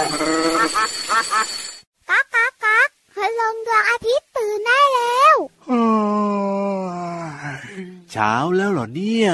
ก๊ากก๊ากก๊ากพลังดวงอาทิตย์ตื่นได้แล้วเช้าแล้วเหรอเนี่ย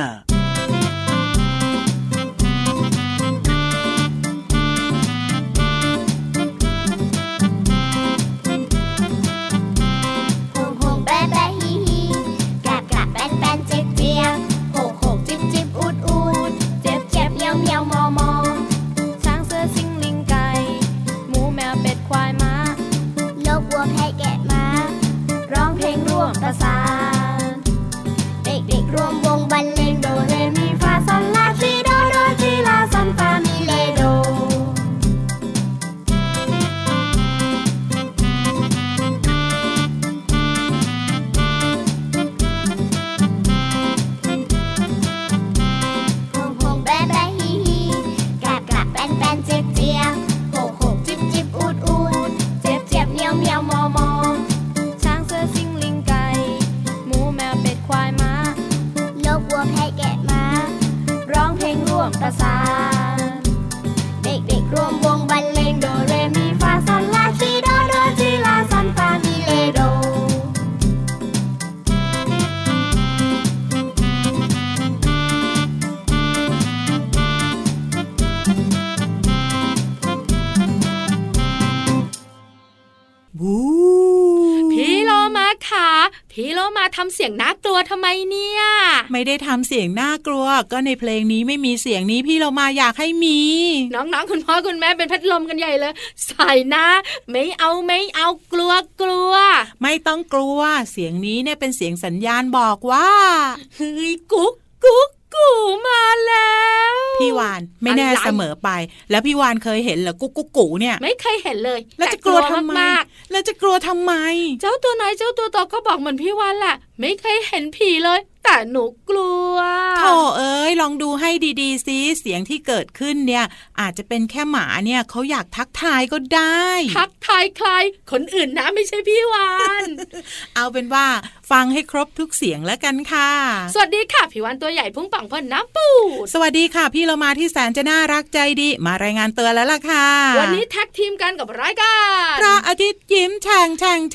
พี่โลมาทำเสียงน่ากลัวทำไมเนี่ยไม่ได้ทำเสียงน่ากลัวก็ในเพลงนี้ไม่มีเสียงนี้พี่โลมาอยากให้มีน้องๆคุณพ่อคุณแม่เป็นพัดลมกันใหญ่เลยใส่นะไม่เอากลัวไม่ต้องกลัวเสียงนี้เนี่ยเป็นเสียงสัญญาณบอกว่าเฮ้ยกุ๊กกูมาแล้วพี่วานไม่แน่เสมอไปแล้วพี่วานเคยเห็นเหรอกุ๊กกูเนี่ยไม่เคยเห็นเลยแล้วจะกลัวทำไมเจ้าตัวไหนเจ้าตัวโตก็บอกเหมือนพี่วานแหละไม่เคยเห็นผีเลยแต่หนูกลัวโธ่เอ้ยลองดูให้ดีๆสิเสียงที่เกิดขึ้นเนี่ยอาจจะเป็นแค่หมาเนี่ยเขาอยากทักทายก็ได้ทักทายใครคนอื่นนะไม่ใช่พี่วานเอาเป็นว่าฟังให้ครบทุกเสียงแล้วกันค่ะสวัสดีค่ะพี่วานตัวใหญ่พุ่งปังพ่นน้ำปูสวัสดีค่ะพี่เรามาที่แสนจะน่ารักใจดีมารายงานเตือนแล้วล่ะค่ะวันนี้แท็กทีมกันกับรายการพระอาทิตย์ยิ้มแฉ่ง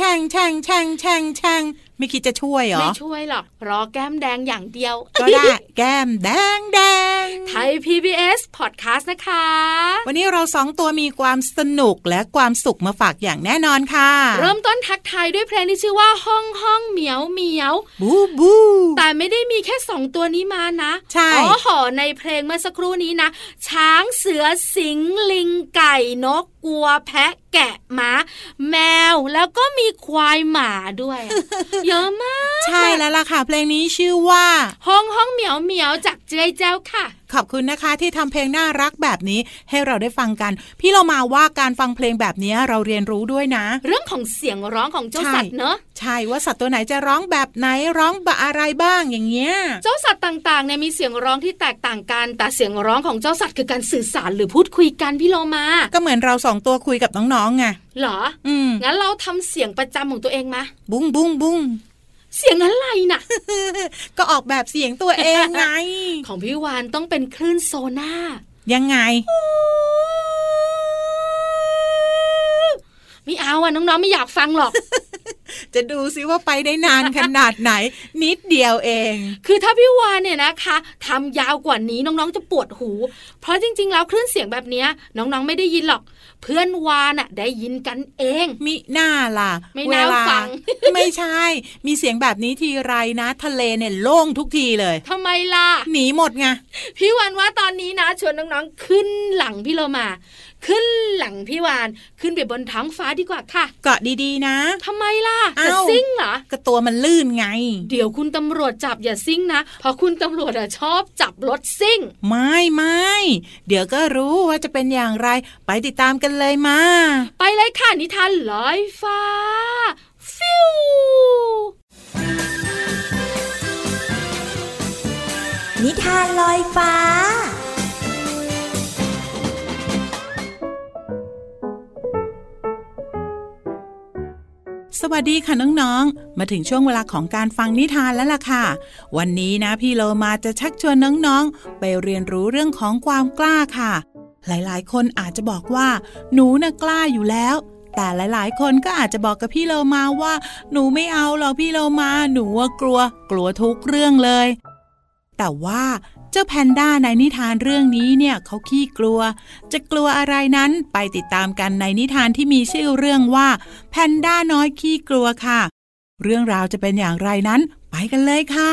ไม่คิดจะช่วยหรอไม่ช่วยหรอกรอแก้มแดงอย่างเดียวก็ได้ แก้มแดงไทย PBS Podcast นะคะวันนี้เรา2ตัวมีความสนุกและความสุขมาฝากอย่างแน่นอนค่ะเริ่มต้นทักทายด้วยเพลงที่ชื่อว่าห้องเหมียวบูแต่ไม่ได้มีแค่2ตัวนี้มานะใช่ในเพลงเมื่อสักครู่นี้นะช้างเสือสิงลิงไก่นกกัวแพะแกะม้าแมวแล้วก็มีควายหมาด้วย เยอะมากใช่แล้วล่ะค่ะเพลงนี้ชื่อว่าห้องเหมียวจากเจยเจ้าค่ะขอบคุณนะคะที่ทำเพลงน่ารักแบบนี้ให้เราได้ฟังกันพี่เรามาว่าการฟังเพลงแบบนี้เราเรียนรู้ด้วยนะเรื่องของเสียงร้องของเจ้าสัตว์เนอะใช่ว่าสัตว์ตัวไหนจะร้องแบบไหนร้องแบบอะไรบ้างอย่างเงี้ยเจ้าสัตว์ต่างๆเนี่ยมีเสียงร้องที่แตกต่างกันแต่เสียงร้องของเจ้าสัตว์คือการสื่อสารหรือพูดคุยกันพี่เรามาก็เหมือนเรา2ตัวคุยกับน้องๆไงเหรองั้นเราทำเสียงประจำของตัวเองมาบุ้งเสียงอะไรน่ะก็ออกแบบเสียงตัวเองไงของพี่วานต้องเป็นคลื่นโซน่ายังไงไม่เอาน้องๆไม่อยากฟังหรอกจะดูซิว่าไปได้นานขนาดไหน นิดเดียวเองคือถ้าพี่วานเนี่ยนะคะทำยาวกว่านี้น้องๆจะปวดหูเพราะจริงๆแล้วคลื่นเสียงแบบนี้น้องๆไม่ได้ยินหรอกเพื่อนวานอะได้ยินกันเองมิน่าล่ะไม่น่าฟังไม่ใช่มีเสียงแบบนี้ทีไรนะทะเลเนี่ยโล่งทุกทีเลยทำไมล่ะหนีหมดไงพี่วานว่าตอนนี้นะชวนน้องๆขึ้นหลังพี่โลมาขึ้นหลังพี่วานขึ้นไปบนท้องฟ้าดีกว่าค่ะเกาะดีๆนะทำไมล่ะจะซิ่งเหรอก็ตัวมันลื่นไงเดี๋ยวคุณตำรวจจับอย่าซิ่งนะเพราะคุณตำรวจชอบจับรถซิ่งไม่เดี๋ยวก็รู้ว่าจะเป็นอย่างไรไปติดตามกันเลยมาไปเลยค่ะนิทานลอยฟ้าฟิวนิทานลอยฟ้าสวัสดีค่ะน้องๆมาถึงช่วงเวลาของการฟังนิทานแล้วล่ะค่ะวันนี้นะพี่โลมาจะชักชวนน้องๆไปเรียนรู้เรื่องของความกล้าค่ะหลายๆคนอาจจะบอกว่าหนูน่ะกล้าอยู่แล้วแต่หลายๆคนก็อาจจะบอกกับพี่โลมาว่าหนูไม่เอาหรอกพี่โลมาหนูว่ากลัวทุกเรื่องเลยแต่ว่าเจ้าแพนด้าในนิทานเรื่องนี้เนี่ยเขาขี้กลัวจะกลัวอะไรนั้นไปติดตามกันในนิทานที่มีชื่อเรื่องว่าแพนด้าน้อยขี้กลัวค่ะเรื่องราวจะเป็นอย่างไรนั้นไปกันเลยค่ะ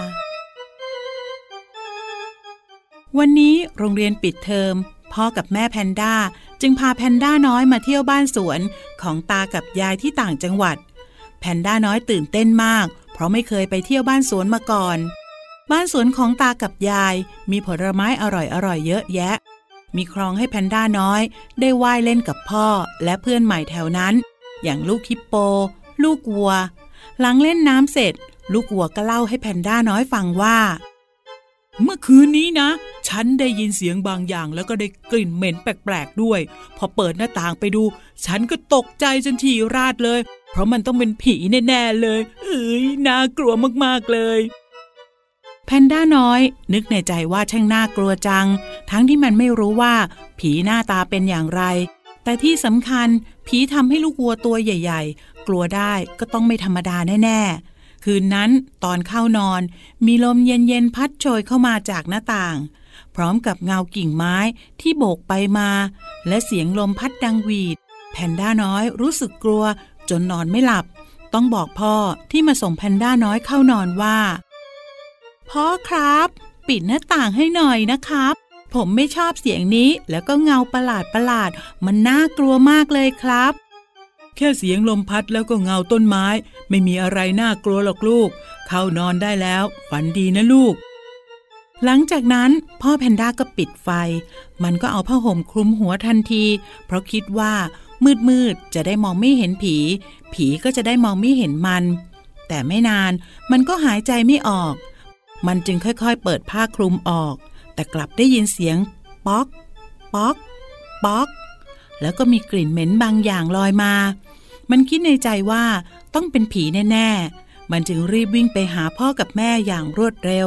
วันนี้โรงเรียนปิดเทอมพ่อกับแม่แพนด้าจึงพาแพนด้าน้อยมาเที่ยวบ้านสวนของตากับยายที่ต่างจังหวัดแพนด้าน้อยตื่นเต้นมากเพราะไม่เคยไปเที่ยวบ้านสวนมาก่อนบ้านสวนของตากับยายมีผลไม้อร่อยเยอะแยะมีคลองให้แพนด้าน้อยได้ว่ายเล่นกับพ่อและเพื่อนใหม่แถวนั้นอย่างลูกฮิปโปลูกวัวหลังเล่นน้ำเสร็จลูกวัวก็เล่าให้แพนด้าน้อยฟังว่าเมื่อคืนนี้นะฉันได้ยินเสียงบางอย่างแล้วก็ได้กลิ่นเหม็นแปลกๆด้วยพอเปิดหน้าต่างไปดูฉันก็ตกใจจนฉี่ราดเลยเพราะมันต้องเป็นผีแน่ๆเลยน่ากลัวมากๆเลยแพนด้าน้อยนึกในใจว่าช่างน่ากลัวจังทั้งที่มันไม่รู้ว่าผีหน้าตาเป็นอย่างไรแต่ที่สำคัญผีทำให้ลูกวัวตัวใหญ่ๆกลัวได้ก็ต้องไม่ธรรมดาแน่ๆคืนนั้นตอนเข้านอนมีลมเย็นๆพัดโชยเข้ามาจากหน้าต่างพร้อมกับเงากิ่งไม้ที่โบกไปมาและเสียงลมพัดดังหวีดแพนด้าน้อยรู้สึกกลัวจนนอนไม่หลับต้องบอกพ่อที่มาส่งแพนด้าน้อยเข้านอนว่าพ่อครับปิดหน้าต่างให้หน่อยนะครับผมไม่ชอบเสียงนี้แล้วก็เงาประหลาดมันน่ากลัวมากเลยครับแค่เสียงลมพัดแล้วก็เงาต้นไม้ไม่มีอะไรน่ากลัวหรอกลูกเข้านอนได้แล้วฝันดีนะลูกหลังจากนั้นพ่อแพนด้าก็ปิดไฟมันก็เอาผ้าห่มคลุมหัวทันทีเพราะคิดว่ามืดจะได้มองไม่เห็นผีก็จะได้มองไม่เห็นมันแต่ไม่นานมันก็หายใจไม่ออกมันจึงค่อยๆเปิดผ้าคลุมออกแต่กลับได้ยินเสียงป๊อกป๊อกป๊อกแล้วก็มีกลิ่นเหม็นบางอย่างลอยมามันคิดในใจว่าต้องเป็นผีแน่ๆมันจึงรีบวิ่งไปหาพ่อกับแม่อย่างรวดเร็ว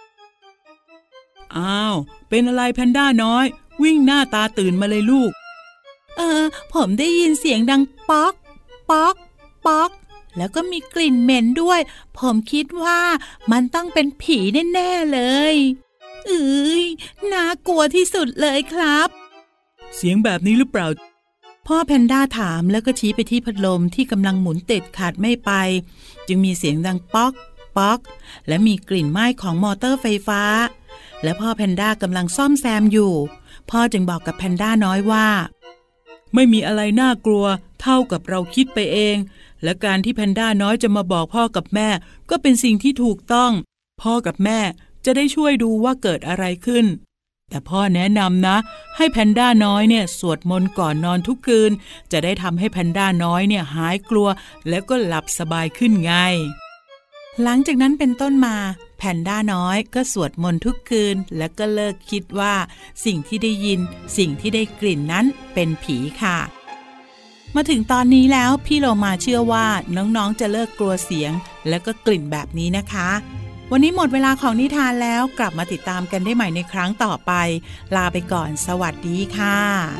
อ้าวเป็นอะไรแพนด้าน้อยวิ่งหน้าตาตื่นมาเลยลูกผมได้ยินเสียงดังป๊อกป๊อกป๊อกแล้วก็มีกลิ่นเหม็นด้วยผมคิดว่ามันต้องเป็นผีแน่ๆเลยน่ากลัวที่สุดเลยครับเสียงแบบนี้หรือเปล่าพ่อแพนด้าถามแล้วก็ชี้ไปที่พัดลมที่กำลังหมุนติดขัดไม่ไปจึงมีเสียงดังป๊อกป๊อกและมีกลิ่นไหม้ของมอเตอร์ไฟฟ้าและพ่อแพนด้ากำลังซ่อมแซมอยู่พ่อจึงบอกกับแพนด้าน้อยว่าไม่มีอะไรน่ากลัวเท่ากับเราคิดไปเองและการที่แพนด้าน้อยจะมาบอกพ่อกับแม่ก็เป็นสิ่งที่ถูกต้องพ่อกับแม่จะได้ช่วยดูว่าเกิดอะไรขึ้นแต่พ่อแนะนำนะให้แพนด้าน้อยเนี่ยสวดมนต์ก่อนนอนทุกคืนจะได้ทำให้แพนด้าน้อยเนี่ยหายกลัวแล้วก็หลับสบายขึ้นไงหลังจากนั้นเป็นต้นมาแพนด้าน้อยก็สวดมนต์ทุกคืนแล้วก็เลิกคิดว่าสิ่งที่ได้ยินสิ่งที่ได้กลิ่นนั้นเป็นผีค่ะมาถึงตอนนี้แล้วพี่โลมาเชื่อว่าน้องๆจะเลิกกลัวเสียงและก็กลิ่นแบบนี้นะคะวันนี้หมดเวลาของนิทานแล้วกลับมาติดตามกันได้ใหม่ในครั้งต่อไปลาไปก่อนสวัสดีค่ะ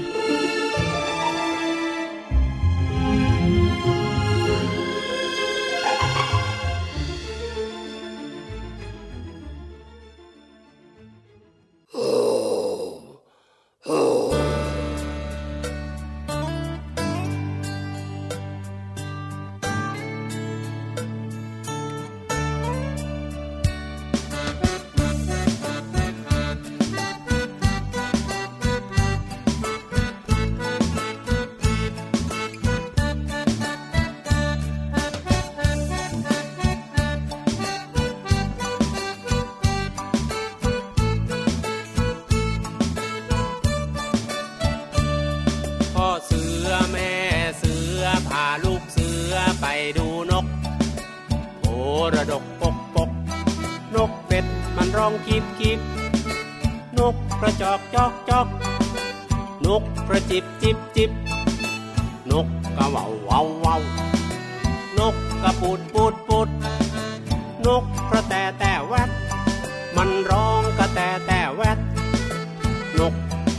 ระดกปกปกนกเป็ดมันร้องกีบกีบนกกระจอกจอกจอกนกกระจิบจิบจิบนกกระว่าวว่าวว่าวนกกระปูดปูดปูดนกกระแตแตแวดมันร้องกระแตแตแวดนก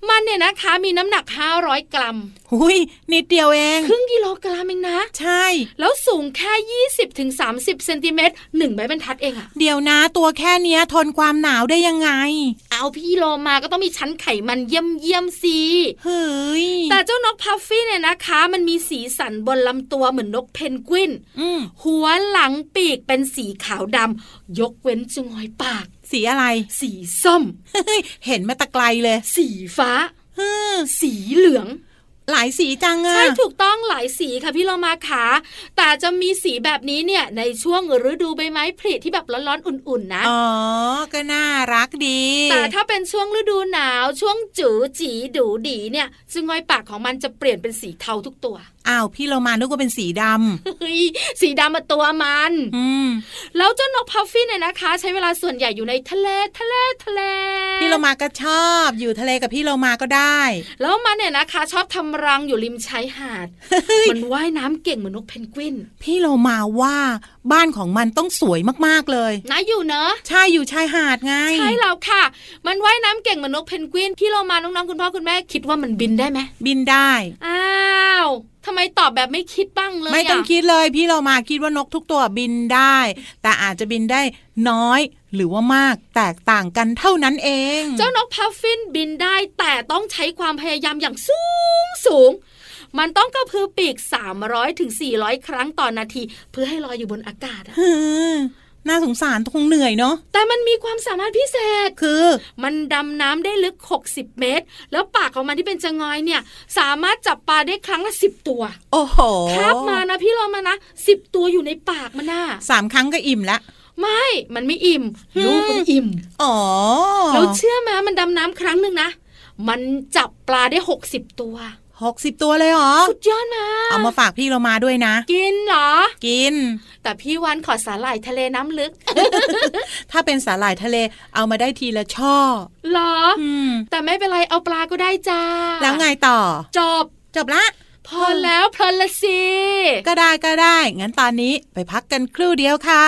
มันเนี่ยนะคะมีน้ำหนัก500 กรัมหุยนิดเดียวเองครึ่งกิโลกรัมเองนะใช่แล้วสูงแค่20-30 เซนติเมตร1 ไม้บรรทัดเองอะเดี๋ยวนะตัวแค่เนี้ยทนความหนาวได้ยังไงเอาพี่โลมาก็ต้องมีชั้นไขมันเยี่ยมสิเฮ้ยแต่เจ้านกพัฟฟี่เนี่ยนะคะมันมีสีสันบนลำตัวเหมือนนกเพนกวินหัวหลังปีกเป็นสีขาวดำยกเว้นจงอยปากสีอะไรสีส้มเห็นมาตะไกลเลยสีฟ้าสีเหลืองหลายสีจังอะใช่ถูกต้องหลายสีค่ะพี่เรามาขาแต่จะมีสีแบบนี้เนี่ยในช่วงฤดูใบไม้ผลิที่แบบร้อนๆอุ่นๆนะอ๋อก็น่ารักดีแต่ถ้าเป็นช่วงฤดูหนาวช่วงจู๋จีดูดีเนี่ยจึงงอยปากของมันจะเปลี่ยนเป็นสีเทาทุกตัวอ้าวพี่เรามานึกว่าเป็นสีดำ สีดำมาตัวมันแล้วเจ้านกพัฟฟี่เนี่ยนะคะใช้เวลาส่วนใหญ่อยู่ในทะเลพี่เรามาก็ชอบอยู่ทะเลกับพี่เรามาก็ได้แล้วมันเนี่ยนะคะชอบทำรังอยู่ริมชายหาด มันว่ายน้ำเก่งเหมือนนกเพนกวินพี่เรามาว่าบ้านของมันต้องสวยมากๆเลยน่าอยู่เนอะใช่อยู่ชายหาดไงใช่แล้วค่ะมันว่ายน้ำเก่งเหมือนนกเพนกวินพี่เรามาน้องๆคุณพ่อคุณแม่คิดว่ามันบินได้ไหมบินได้อ้าวทำไมตอบแบบไม่คิดบ้างเลยไม่ต้องคิดเลยพี่เรามาคิดว่านกทุกตัวบินได้แต่อาจจะบินได้น้อยหรือว่ามากแตกต่างกันเท่านั้นเองเจ้านกพัฟฟินบินได้แต่ต้องใช้ความพยายามอย่างสูงมันต้องกระพือปีก300-400 ครั้งต่อนาทีเพื่อให้ลอยอยู่บนอากาศน่าสงสารคงเหนื่อยเนาะแต่มันมีความสามารถพิเศษคือมันดำน้ำได้ลึก60 เมตรแล้วปากของมันที่เป็นจะงอยเนี่ยสามารถจับปลาได้ครั้งละ10 ตัวโอ้โหคาบมานะพี่ลองมานะ10 ตัวอยู่ในปากมันน่ะ 3 ครั้งก็อิ่มละไม่มันไม่อิ่มลูกมันอิ่มอ๋อแล้วเชื่อไหมมันดำน้ำครั้งนึงนะมันจับปลาได้60 ตัว 60 ตัวเลยเหรอสุดยอดนะเอามาฝากพี่เรามาด้วยนะกินเหรอกินแต่พี่วันขอสาหร่ายทะเลน้ำลึกถ้าเป็นสาหร่ายทะเลเอามาได้ทีละช่อเหรอแต่ไม่เป็นไรเอาปลาก็ได้จ้าแล้วไงต่อจบละพอแล้วเพลินละสิก็ได้งั้นตอนนี้ไปพักกันครู่เดียวค่ะ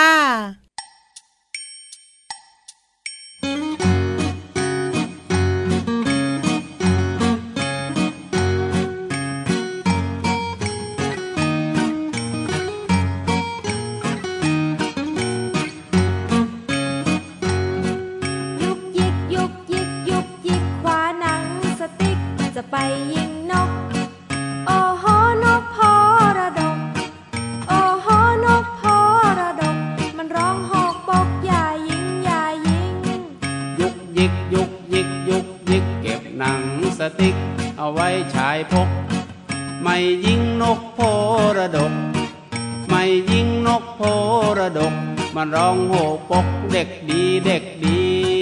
ไปยิงนกโอ้โหนกพอระดกโอ้โหนกพอระดกมันร้องหอกบกอย่ายิงยุกยิกยุกยิกยุกยิกเก็บหนังสติ๊กเอาไว้ฉายพกไม่ยิงนกโพระดกไม่ยิงนกโพระดกมันร้องโหกปกเด็กดี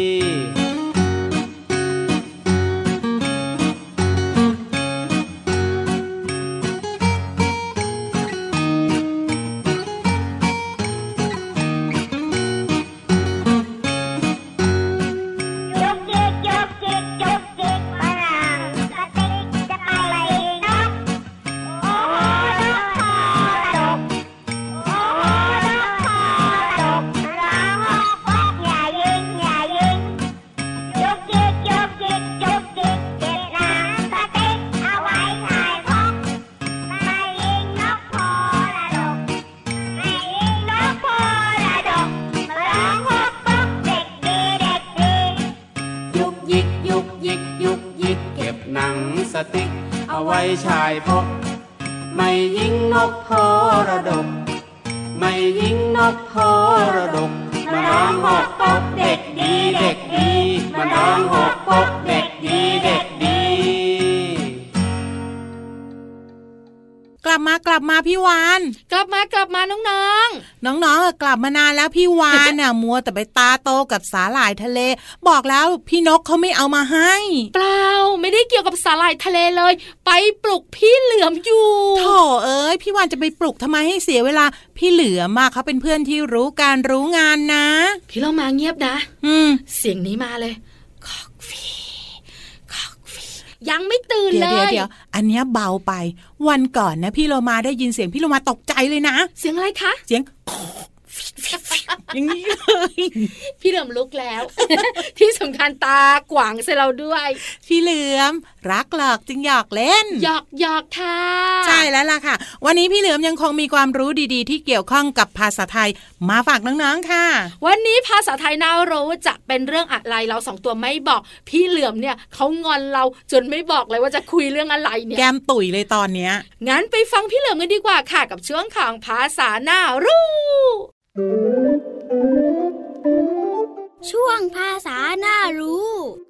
ชายพกไม่ยิงนกโพระดกไม่ยิงนกโพระดกมันร้องหกปกเด็กดีมันร้องหกปกเด็กดีกลับมาพี่วานกลับมาน้องกลับมานานแล้วพี่วานน่ะ มัวแต่ไปตาโตกับสาหร่ายทะเลบอกแล้วพี่นกเขาไม่เอามาให้เปล่าไม่ได้เกี่ยวกับสาหร่ายทะเลเลยไปปลุกพี่เหลือมอยู่โธ่เอ้ยพี่วานจะไปปลุกทำไมให้เสียเวลาพี่เหลือมมาเขาเป็นเพื่อนที่รู้การรู้งานนะพี่เรามาเงียบนะเสียงนี้มาเลยยังไม่ตื่นเลยเดี๋ยวอันเนี้ยเบาไปวันก่อนนะพี่โลมาได้ยินเสียงพี่โลมาตกใจเลยนะเสียงอะไรคะเสียงอย่างนี้เลยพี่เหลือมลุกแล้ว ที่สำคัญตากวางใส่เราด้วยพี่เหลือมรักหลอกจึงหยอกเล่นหยอกค่ะใช่แล้วล่ะค่ะวันนี้พี่เหลือมยังคงมีความรู้ดีๆที่เกี่ยวข้องกับภาษาไทยมาฝากน้องๆค่ะวันนี้ภาษาไทยน่ารู้จะเป็นเรื่องอะไรเราสองตัวไม่บอกพี่เหลือมเนี่ยเขางอนเราจนไม่บอกเลยว่าจะคุยเรื่องอะไรเนี่ยแก้มตุ๋ยเลยตอนเนี้ยงั้นไปฟังพี่เหลือมกันดีกว่าค่ะกับช่วงของภาษาน่ารู้ช่วงภาษาน่ารู้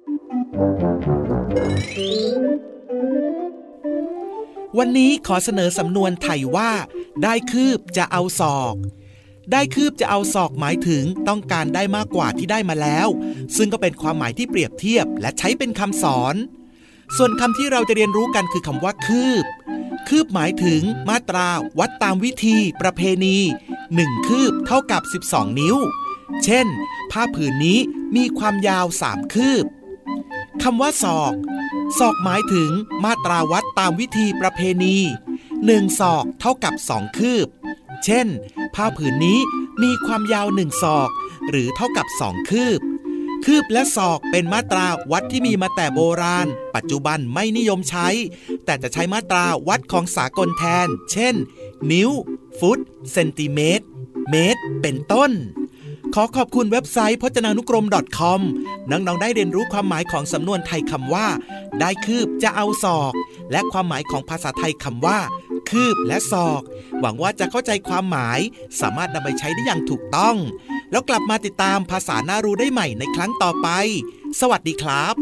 วันนี้ขอเสนอสำนวนไทยว่าได้คืบจะเอาศอกได้คืบจะเอาศอกหมายถึงต้องการได้มากกว่าที่ได้มาแล้วซึ่งก็เป็นความหมายที่เปรียบเทียบและใช้เป็นคำสอนส่วนคำที่เราจะเรียนรู้กันคือคำว่าคืบคืบหมายถึงมาตราวัดตามวิธีประเพณี1คืบเท่ากับ12นิ้วเช่นผ้าผืนนี้มีความยาว3คืบคำว่าศอกศอกหมายถึงมาตราวัดตามวิธีประเพณี1ศอกเท่ากับ2คืบเช่นผ้าผืนนี้มีความยาว1ศอกหรือเท่ากับ2คืบคืบและศอกเป็นมาตราวัดที่มีมาแต่โบราณปัจจุบันไม่นิยมใช้แต่จะใช้มาตราวัดของสากลแทนเช่นนิ้วฟุตเซนติเมตรเมตรเป็นต้นขอขอบคุณเว็บไซต์พจนานุกรม .com น้องๆได้เรียนรู้ความหมายของสำนวนไทยคำว่าได้คืบจะเอาศอกและความหมายของภาษาไทยคำว่าคืบและศอกหวังว่าจะเข้าใจความหมายสามารถนำไปใช้ได้อย่างถูกต้องแล้วกลับมาติดตามภาษาน่ารู้ได้ใหม่ในครั้งต่อไปสวัสดีครับ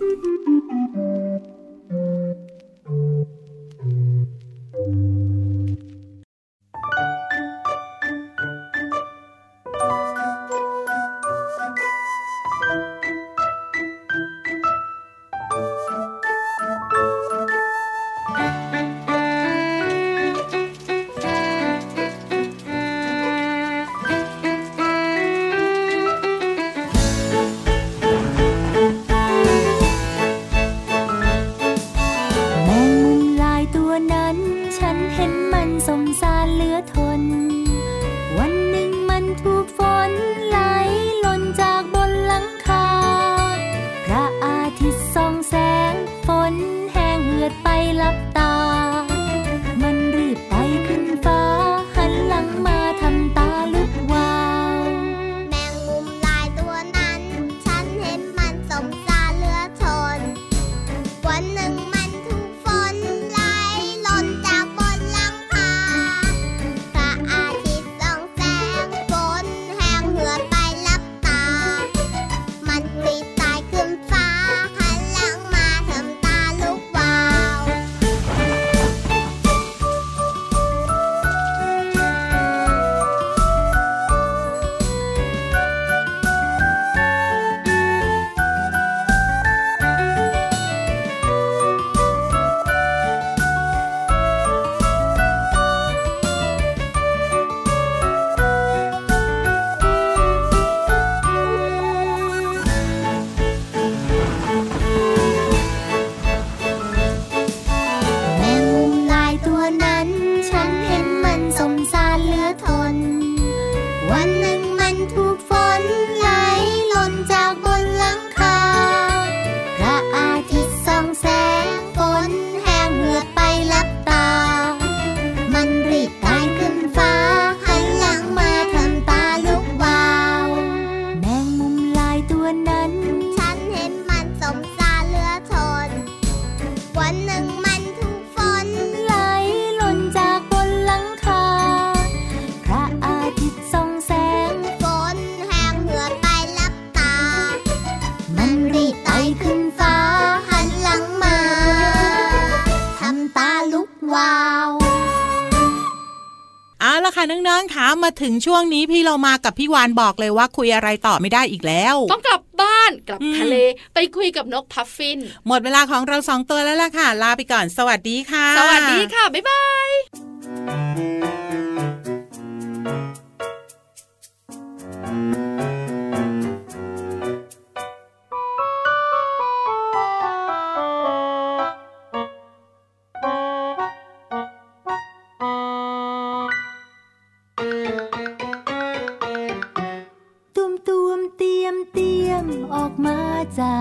น้องๆคะมาถึงช่วงนี้พี่เรามากับพี่วานบอกเลยว่าคุยอะไรต่อไม่ได้อีกแล้วต้องกลับบ้านกลับทะเลไปคุยกับนกพัฟฟินหมดเวลาของเรา2ตัวแล้วล่ะค่ะลาไปก่อนสวัสดีค่ะสวัสดีค่ะบ๊ายบาย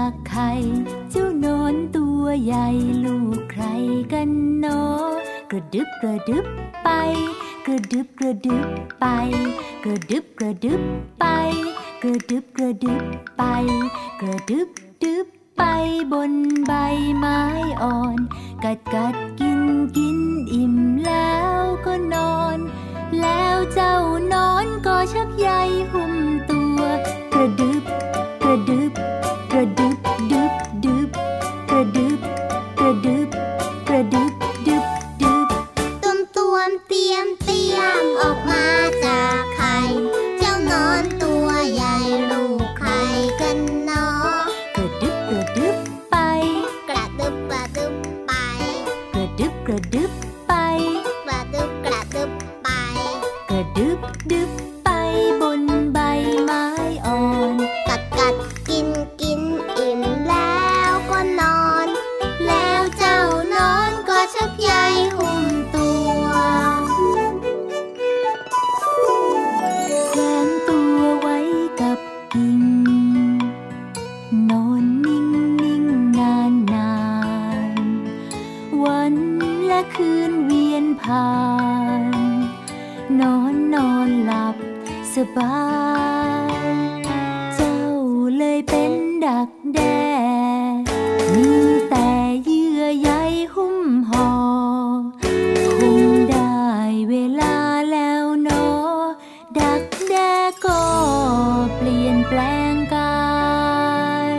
จากไข่เจ้านอนตัวใหญ่ลูกใครกันเนาะกระดึบกระดึบไปกระดึบกระดึบไปกระดึบกระดึบไปกระดึบกระดึบไปกระดึบดึบไปบนใบไม้อ่อนกัดกัดกินกินอิ่มแล้วก็นอนแล้วเจ้านอนก็ชักใยหุ้มตัวกระดึบกระดึบกระดึบดึบดึบกระดึบกระดึบกระดึบดึบดึบตุ้มตวมเตรียมเตรียมออกมาจากไข่เจ้านอนตัวใหญ่ลูกใครกันเนาะกระดึบกระดึบไปกระดึบกระดึบไปกระดึบกระดึบไปกระดึบกระดึบไปกระดึบดึบไปบนใบไม้อ่อนกัดกัดกินกินอิ่มแล้วก็นอนแล้วเจ้านอนก็ชักใยหุ้มตัวแขวนตัวไว้กับกิ่งนอนนิ่งนิ่งนานนานวันและคืนเวียนผ่านนอนนอนหลับสบายเจ้าเลยเป็นดักแด้มีแต่เยื่อใยหุ้มห่อคงได้เวลาแล้วเนาะดักแด้ก็เปลี่ยนแปลงกาย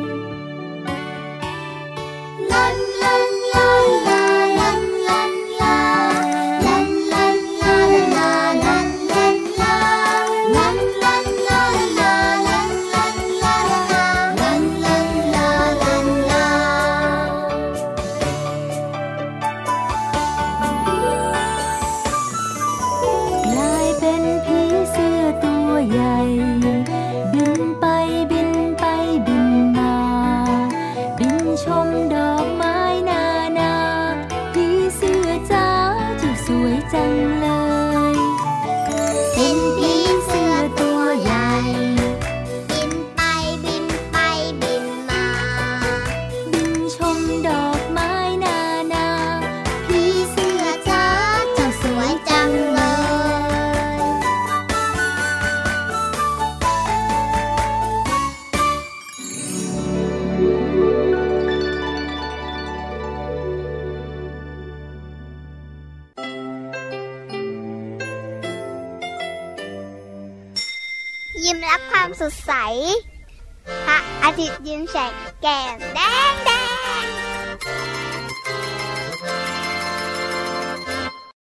ลันลันลาลาลันลันลาลันลันลาลาลันลันลาลันลันลาลาลันลันลาลันลันลาลันลากลายเป็นผีเสื้อตัวใหญ่บินไปบินไปบินมาบินชมดอกไม้นานาผีเสื้อจ้าเจ้าสวยจังเลยเป็นผีเสื้อตัวใหญ่บินไปบินไปบินมาบินชมดอกไม้นานาผีเสื้อจ้าเจ้าสวยจังเลยยิ้มรับความสดใสพระอาทิตย์ยิ้มแฉกแก้มแดงแดง